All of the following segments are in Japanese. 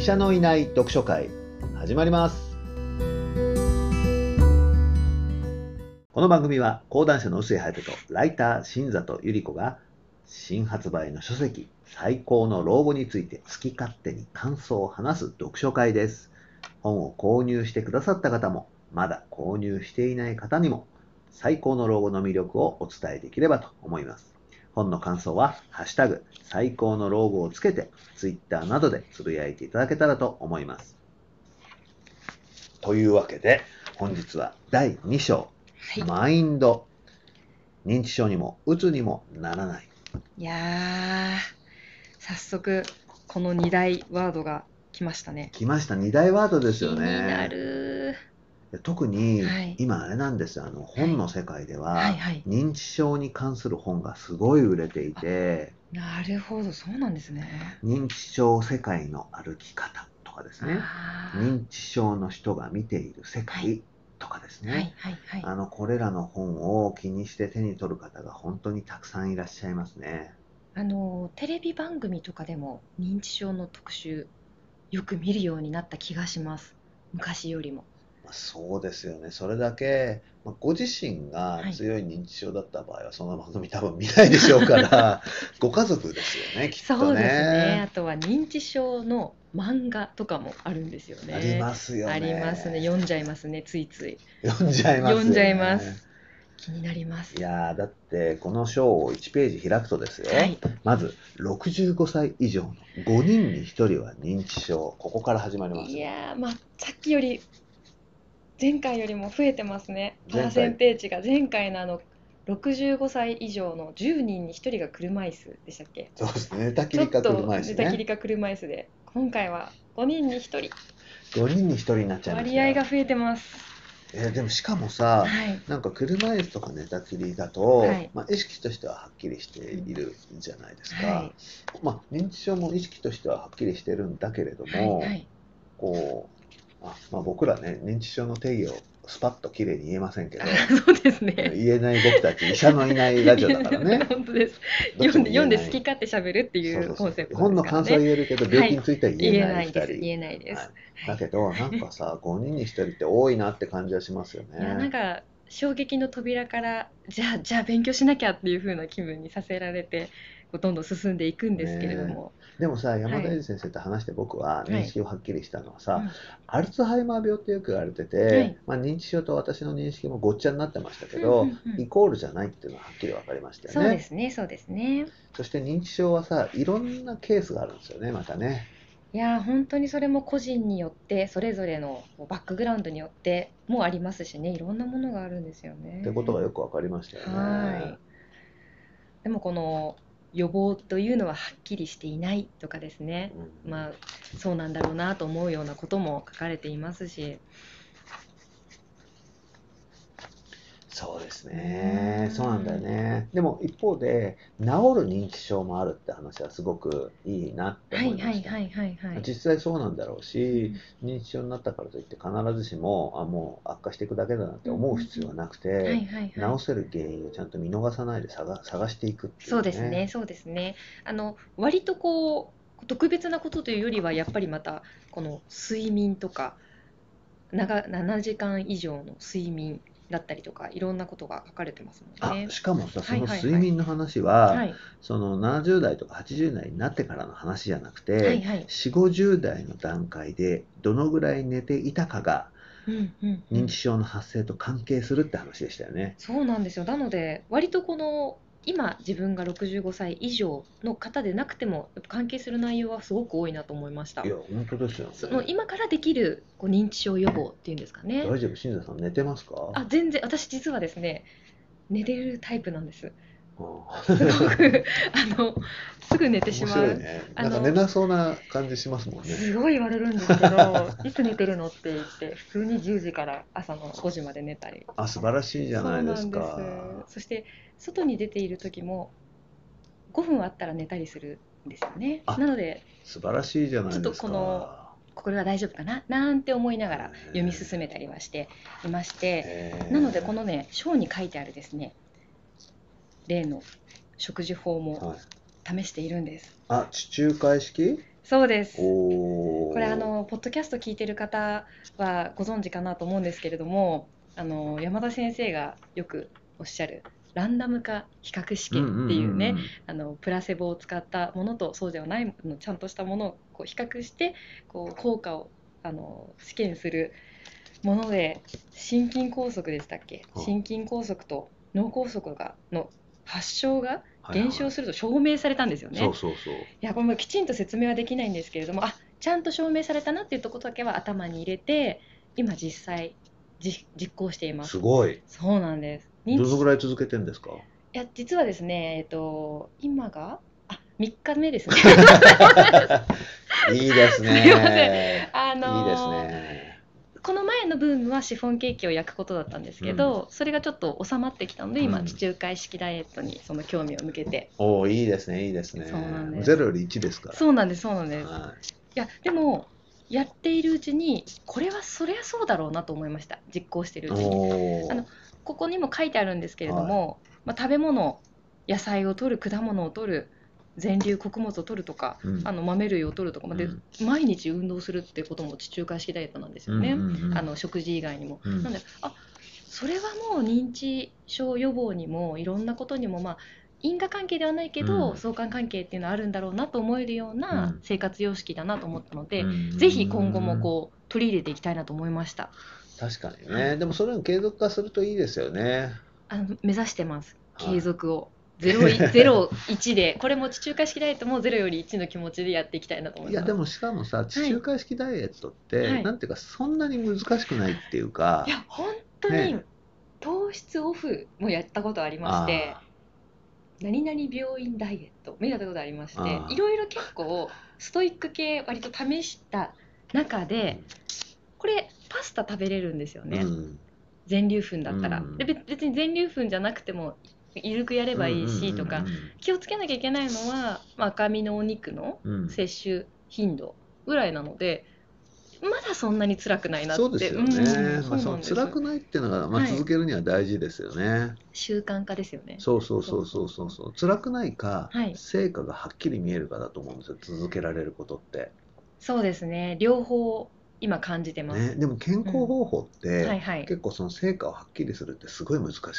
医者のいない読書会始まります。この番組は講談社の臼井隼人とライター新里百合子が新発売の書籍最高の老後について好き勝手に感想を話す読書会です。本を購入してくださった方もまだ購入していない方にも最高の老後の魅力をお伝えできればと思います。本の感想はハッシュタグ最高の老後をつけてツイッターなどでつぶやいていただけたらと思います。というわけで本日は第2章、マインド、認知症にもうつにもならない。 いやー、早速この2大ワードが来ましたね。 来ました。2大ワードですよね。 気になる。 特にはい今あれなんですよ、本の世界でははいはい。 認知症に関する本がすごい売れていて、 なるほど、そうなんですね。 認知症世界の歩き方とかですね、 あー認知症の人が見ている世界とかですはいね、 はいはい。 これらの本を気にして手に取る方が本当にたくさんいらっしゃいますね。 テレビ番組とかでも認知症の特集よく見るようになった気がします。昔よりも。 そうですよね。それだけ、ご自身が強い認知症だった場合は、その番組多分見ないでしょうから、ご家族ですよね、きっとね。 そうですね。あとは認知症の漫画とかもあるんですよね。 ありますよね。 ありますね。読んじゃいますね、ついつい。 読んじゃいますよね。 読んじゃいます。気になります。 いやー、だってこの章を1ページ開くとですよ、 はい、 まず65歳以上の5人に1人は認知症、ここから始まります。 いやー、さっきより前回よりも増えてますね。パ前回ーセンテージが前回の65歳以上の10人に1人が車椅子でしたっけ？ そうですね、寝たきちょっりか車と椅子ね。 寝たきりか車椅子で、今回は5人に1人 5人に1人になっちゃいましたよ。 割合が増えてます。 でもしかもさ、 はいなんか車椅子とか寝たきりだと、 はい意識としてははっきりしているじゃないですか。 はい認知症も意識としてははっきりしてるんだけれどはいも、 はいこう、僕らね、認知症の定義をスパッときれいに言えませんけど、 そうですね。 言えない僕たち、医者のいないラジオだからね。 本当です。 どっちも言えない読んで好き勝手喋るっていうコンセプトですからね。 本の感想は言えるけど、病気については言えない2人。 言えないです。 だけど、なんかさ、5人に1人って多いなって感じはしますよね。 いや、なんか衝撃の扉からじゃあ勉強しなきゃっていう風な気分にさせられてどんどん進んでいくんですけれども、 でもさ、山田英二先生と話して僕は認識をはっきりしたのはさ、アルツハイマー病ってよく言われてて、認知症と私の認識もごっちゃになってましたけど、イコールじゃないっていうのははっきり分かりましたよね。 そうですね、そうですね。 そして認知症はさ、いろんなケースがあるんですよね、またね。 いや本当にそれも個人によってそれぞれのバックグラウンドによってもありますしね、いろんなものがあるんですよね。 ってことがよく分かりましたよね。 はい。でもこの予防というのははっきりしていないとかですね、そうなんだろうなと思うようなことも書かれていますし。 そうですね、そうなんだよね。でも一方で治る認知症もあるって話はすごくいいなって思いました。実際そうなんだろうし、認知症になったからといって必ずしももう悪化していくだけだなって思う必要はなくて、治せる原因をちゃんと見逃さないで探していくっていうね。 そうですね、そうですね。割とこう特別なことというよりはやっぱりまたこの睡眠とか7時間以上の睡眠だったりとかいろんなことが書かれてますもんね。 しかもさ、その睡眠の話は、その70代とか80代になってからの話じゃなくて、4、50代の段階でどのぐらい寝ていたかが認知症の発生と関係するって話でしたよね。 そうなんですよ。なので割とこの今自分が65歳以上の方でなくても関係する内容はすごく多いなと思いました。 いや本当ですよね。 その今からできる認知症予防っていうんですかね。 大丈夫、新座さん寝てますか？ 全然、私実はですね、寝れるタイプなんです。すごくすぐ寝てしまう。 面白いね。なんか寝なそうな感じしますもんね。 すごい言われるんですけど、いつ寝てるのって言って普通に10時から朝の5時まで寝たり。 素晴らしいじゃないですか。 そうなんです。そして外に出ている時も5分あったら寝たりするんですよね。なので素晴らしいじゃないですか。 ちょっとこれは大丈夫かななんて思いながら読み進めたりはしていまして、なのでこのね章に書いてあるですね例の食事法も試しているんです。 地中海式？ そうです。 おこれー。 ポッドキャスト聞いてる方はご存知かなと思うんですけれども、山田先生がよくおっしゃるランダム化比較試験っうんうんうんていうね、 うん。 プラセボを使ったものとそうではないちゃんとしたものをこう比較してこう効果を試験するもので、心筋梗塞でしたっけ、 は心筋梗塞と脳梗塞の発症が減少はいはい。 すると証明されたんですよね。 そうそうそいや、これもきちんと説明はできないんですけれども、ちゃんと証明されたなっていうところだけは頭に入れて、今実際実行していう。 ます。 すごい。 そうなんです。認どのぐ知、 らい続けてんですか？ いや、実はですね、今が、3日目ですね。 いいですすいません。 ね。いいですね。 この前のブームはシフォンケーキを焼くことだったんですうん。 けど、それがちょっと収まってきたので、今、地うん。 中海式ダイエットにその興味を向けて。 おー、いいですね、いいですそうなね。 んです。 ゼロより1ですから。 そうなんです、そうなんです。 はいや、でも、やっているうちに、これはそりゃそうだろうなと思いました。実行しているい。 うちに。あの、 おここにも書いてあるんですけー。 れどはい。 も、食べ物、野菜を摂る、果物を摂る、全粒穀物を摂るとか、 うん。 豆類を摂るとか、で、 うん。 毎日運動するっていうことも地中海式ダイエットなんですうんうんよね。 うん食事以外にも。 うん。 なんで、それはもう認知症予防にもいろんなことにも、因果関係ではないけどうん相関関係っていうのはあるんだろうなと思えるようなうん生活様式だなと思ったのうで、ぜひ今後もん。 こう取り入れていきたいなと思いました。 確かにはい、 ね。でもそれを継続化するといいですよね。 目指してます、継は続を。0、1で、これも地中海式ダイエットも0より1の気持ちでやっていきたいなと思い。いや、 います。 でもしかもさ、地はい。 中海式ダイエットって、 はい。 なんていうか、そんなに難しくないっていうか、 いや、本当にね。 糖質オフもやったことありまして、 あ何々病院ダイエットもやったことありましあ、 て、いああ、 ろいろ結構ストイック系割と試した中で、これパスタ食べれるんですよね。 うん、 全粒粉だうったら。で、 ん、 別に全粒粉じゃなくても緩くやれうん、うん、 ばいいしとか、気をつけなきゃいけないのは、赤身のお肉のうん、うん。 摂取頻度ぐらいなので、まだそんなに辛くないなって。 そうですよね。まあ、 そうそのなんです。 辛くないっていうのが、まあ、 はい。 続けるには大事ですよね。 習慣化ですよね。 そうそうそうそうそそうそう。 うそうそう。辛くないか、 はい。 成果がはっきり見えるかだと思うんですよ。続けられることって。 そうですね。両方今感じてまね、 す。 でも健うん。 康方法ってはいはい。 結構その成果をはっきりするってすごい難しくって、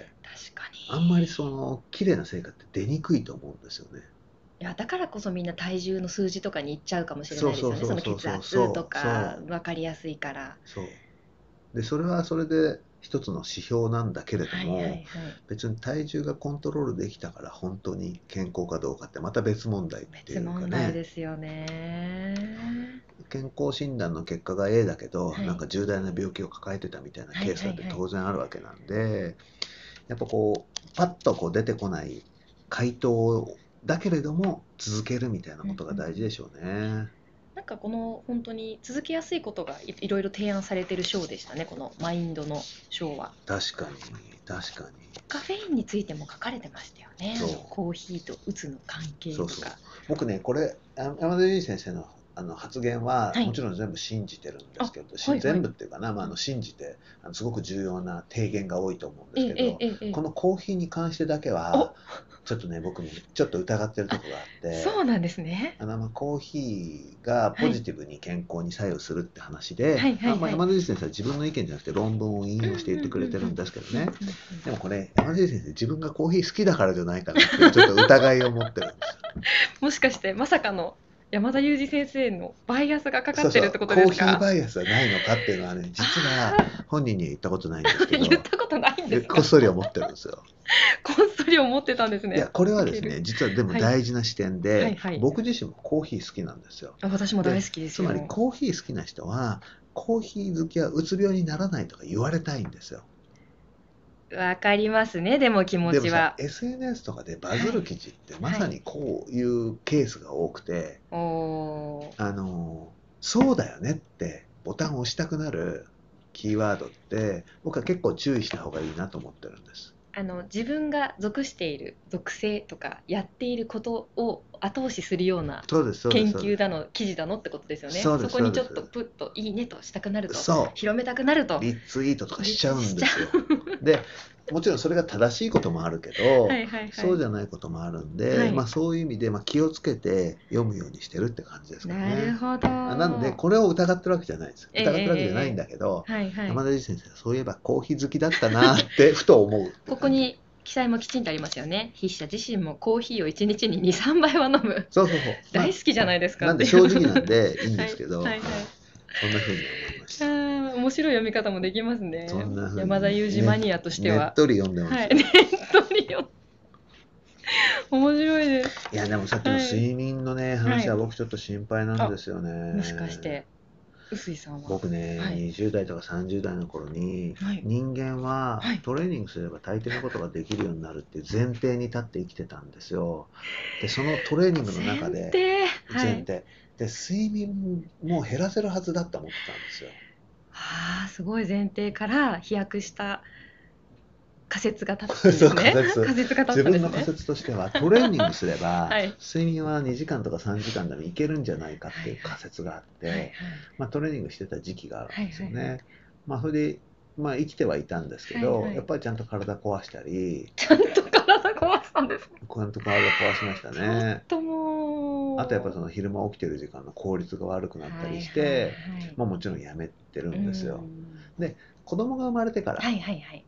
確かに。 あんまりその綺麗な成果って出にくいと思うんですよね。 いや、だからこそみんな体重の数字とかに行っちゃうかもしれそうそうないですよね。そのそうそうそう血圧とそうかそう分かりやすいから。 そう。で、それはそれで一つの指標なんだけれどはいはいはも、 い。 別に体重がコントロールできたから本当に健康かどうかってまた別問題っていうか別問題ね。 ですよね。 健康診断の結果が A だけど、 はい。 なんか重大な病気を抱えてたみたいなはいケースだってはいはい。 当然あるわけなんで、やっぱこう、パッとこう出てこない回答だけれども続けるみたいなうんことがうんうん。 大事でしょうね。 なんかこの本当に続けやすいことがいろいろ提案されてる章でしたね。このマインドの章は。 確かに、確かに。 カフェインについても書かれてましたよね。 そう、 コーヒーとうつの関係そうそう。 とか。 僕ね、これ、山田裕二先生の発言ははい。 もちろん全部信じてるんですけど、全はいはい。 部っていうかな、信じてすごく重要な提言が多いと思うんでええええすけど、 ええええ。 このコーヒーに関してだけは、 お、 ちょっとね、僕もちょっと疑ってるところがあって、 そうなんですね。 コーヒーがはい。 ポジティブに健康に作用するって話で、 はいはいはい。 山田裕二先生は自分の意見じゃなくて論文を引うん用して言ってくれてるんうんうんうん。 ですけどね。 うんうんうん。 でもこれ、山田裕二先生自分がコーヒー好きだからじゃないかなっていうちょっと疑いを持ってるんですよ。 もしかしてまさかの山田裕二先生のバイアスがかかそうそう、 ってるってことコーヒーですか？ バイアスはないのかっていうのはね、実はあ本人には言ったことないんですけ言っど、 たことないんですこっか？ そり思ってるんですよ。 こっそり思ってたんですいや、 ね。 これはウケる。 ですね、実はでもはい。 大事な視点で、 はいはい。 僕自身もコーヒー好きなんですよ。 私も大で、 好きでつまりすよ。 コーヒー好きな人は、コーヒー好きはうつ病にならないとか言われたいんですよ。 わかりますね、でも気持でもさ、 ちは。 SNS とかでバはい。 ズる記事ってまはい。 さにこういうケースが多くて、 おー。 そうだよねってボタンを押したくなるキーワードって僕は結構注意した方がいいなと思ってるんです。 自分が属している属性とかやっていることを後押しするようなそうです、そうです、 研そうです。 究だの記事だのってことですよね。 そうです、 そこにちょっそうです。 とプッといいねとしたくなると、 そ広めたくなるう。 と、 リツイートとかしちゃうんしちゃう。 ですよ。で、 もちろんそれが正しいこともあるけど、 はいはいはい。 そうじゃないこともあるんで、 はいそういう意味で、気をつけて読むようにしてるって感じですかなるね。 ほど。 なので、これを疑ってるわけじゃないです。 ええ疑ってるわけじゃないんええだけど、 はいはい。 山田先生、そういえばコーヒー好きだったなってふと思うって感じ。 ここに記載もきちんとありますよね。筆者自身もコーヒーを1日に2、3杯は飲む。 そうそうそう。 大好きじゃないですかなんっていう。 で正直なんでいいんはいですけど、 はいはい。 そんな風に思いました。 面白い読み方もできますそね。 んな風に山田裕二マニアとしてねっは。 とり読んでますよ。 はい、ねっとりよ。面白いです。 いや、でもさっきの睡眠のね、話は僕ちょっと心配なんですよね。 もしかして臼井さんは。 僕ね、 はい 20代とか30代の頃に、 はい人間ははいトレーニングすれば大抵のことができるようになるっていう前提に立って生きてたんですよ。で、そのトレーニングの中前で、 提はい。 前提。で、睡眠も減らせるはずだって思ってたんですよ。 すごい前提から飛躍した仮説が立ったんでそう、 すね。 仮説。 仮説が立自分のったんですね。 仮説としては、トレーニングすれば、 はい睡眠は2時間とか3時間でもいけるんじゃないかっていう仮説があって、 はいはいトレーニングしてた時期があるんですよはいはいね。それで、生きてはいたんですけど、 はいはいやっぱりちゃんと体壊したり、 ちゃんと体壊したんですね。 ちゃんと体壊しましたちょっね。 ともう。 あとやっぱその昼間起きてる時間の効率が悪くなったりしはいて、 はいはいもちろんやめてるんですよ。 うんで、子供が生まれてから、 はいはいはい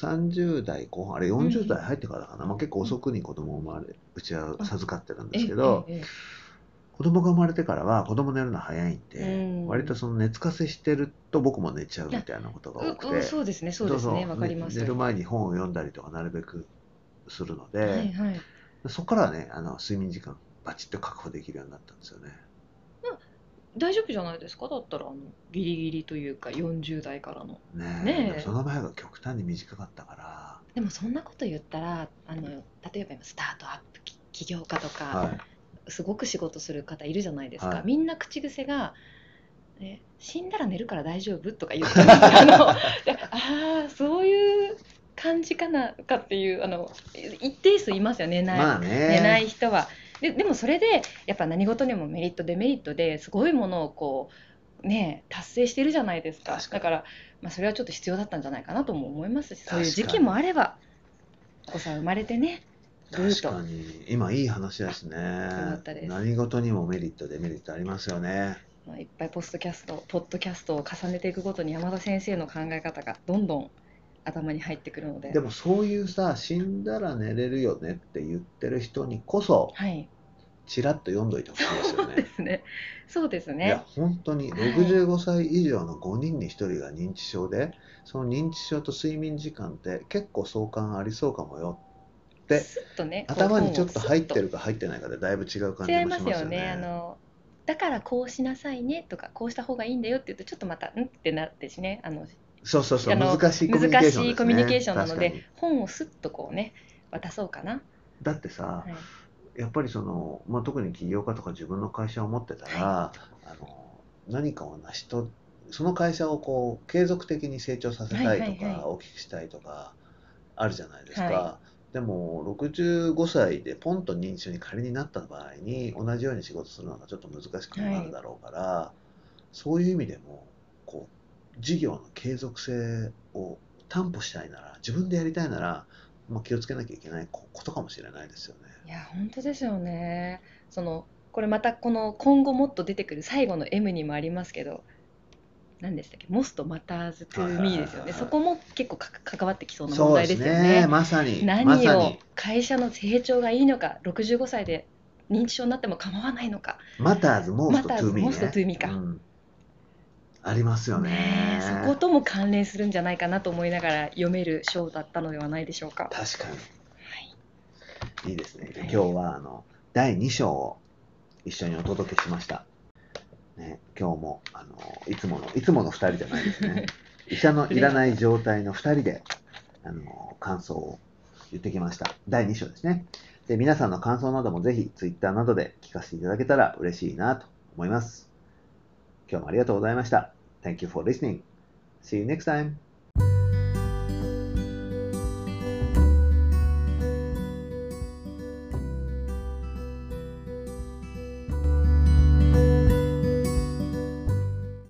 30代後半、あれうん 40代入ってからかな、結構遅くに子供を生まれ、うちは授かってるんですけえど、 え子供が生まれてからは子供寝るの早いんうで、 ん割とその寝つかせしてると僕も寝ちゃうみたいなことが多くて、 そうですねそうですねわかります。 寝る前に本を読んだりとかなるべくするので、 はいはい。 そこからはね、睡眠時間バチッと確保できるようになったんですよね。 大丈夫じゃないですかだったらギリギリというか40代からの。 でもその前が極端に短かったから、 でもそんなこと言ったら例えば今スタートアップ起業家とか、 はいすごく仕事する方いるじゃないですか、 はいみんな口癖が死んだら寝るから大丈夫とか言ってますでそういう感じかなかっていう一定数いますよね寝ない人は。でもそれでやっぱ何事にもメリットデメリットですごいものをこうね達成してるじゃないですか。 確かにだから、それはちょっと必要だったんじゃないかなとも思いますし、そういう時確かに期もあればお子さん生まれてねぐーっと確かに今いい話ですね。 かったです何事にもメリットデメリットありますよね。 いっぱいポッドキャストを重ねていくごとに山田先生の考え方がどんどん頭に入ってくるので。 でもそういうさ、死んだら寝れるよねって言ってる人にこそ、 はいちらっと読んどいてほしいですよね。 そうですいやね。 本当にはい 65歳以上の5人に1人が認知症で、その認知症と睡眠時間って結構相関ありそうかもよってスッとね頭にちょっと入ってるるか入ってないかでだいぶ違う感じ違いもしますよますよね。 ね。 だからこうしなさいねとかこうした方がいいんだよって言うとちょっとまたってなってしねそうそうそう、 あの難しいコミュニケーションですね。 難しいコミュニケーションなので確かに。 本をスッとこうね渡そうかな。 だってさ、 はいやっぱりその、特に起業家とか自分の会社を持ってたら、何かを成し遂その会社をこう継続的に成長させたいとか、 はいはいはい大きくしたいとかあるじゃないですか。 はでも65歳でポンと認知症に仮になった場合に同じように仕事するのがちょっと難しくなるだろうから、そういう意味でもこう事業の継続性を担保したいなら、自分でやりたいなら、気をつけなきゃいけないことかもしれないですよね。 いや本当ですよね。これまたこの今後もっと出てくる最後の M にもありますけど何でしたっけ Most Matters to Me ですよね。そこも結構関わってきそうな問題ですよそうですね。 ね、まさに。 何を会社の成長がいいのか65歳で認知症になっても構わないのか。 Matters most to me ね。 Most to me か、 ありますよね。 そことも関連するんじゃないかなと思いながら読める章だったのではないでしょうか。 確かに。いいですね。 はい今日は第2章を一緒にお届けしました。ね、今日もいつもの2人じゃないですね。医者のいらない状態の2人で感想を言ってきました。第2章ですね。で、皆さんの感想などもぜひ Twitter などで聞かせていただけたら嬉しいなと思います。今日もありがとうございました。Thank you for listening. See you next time.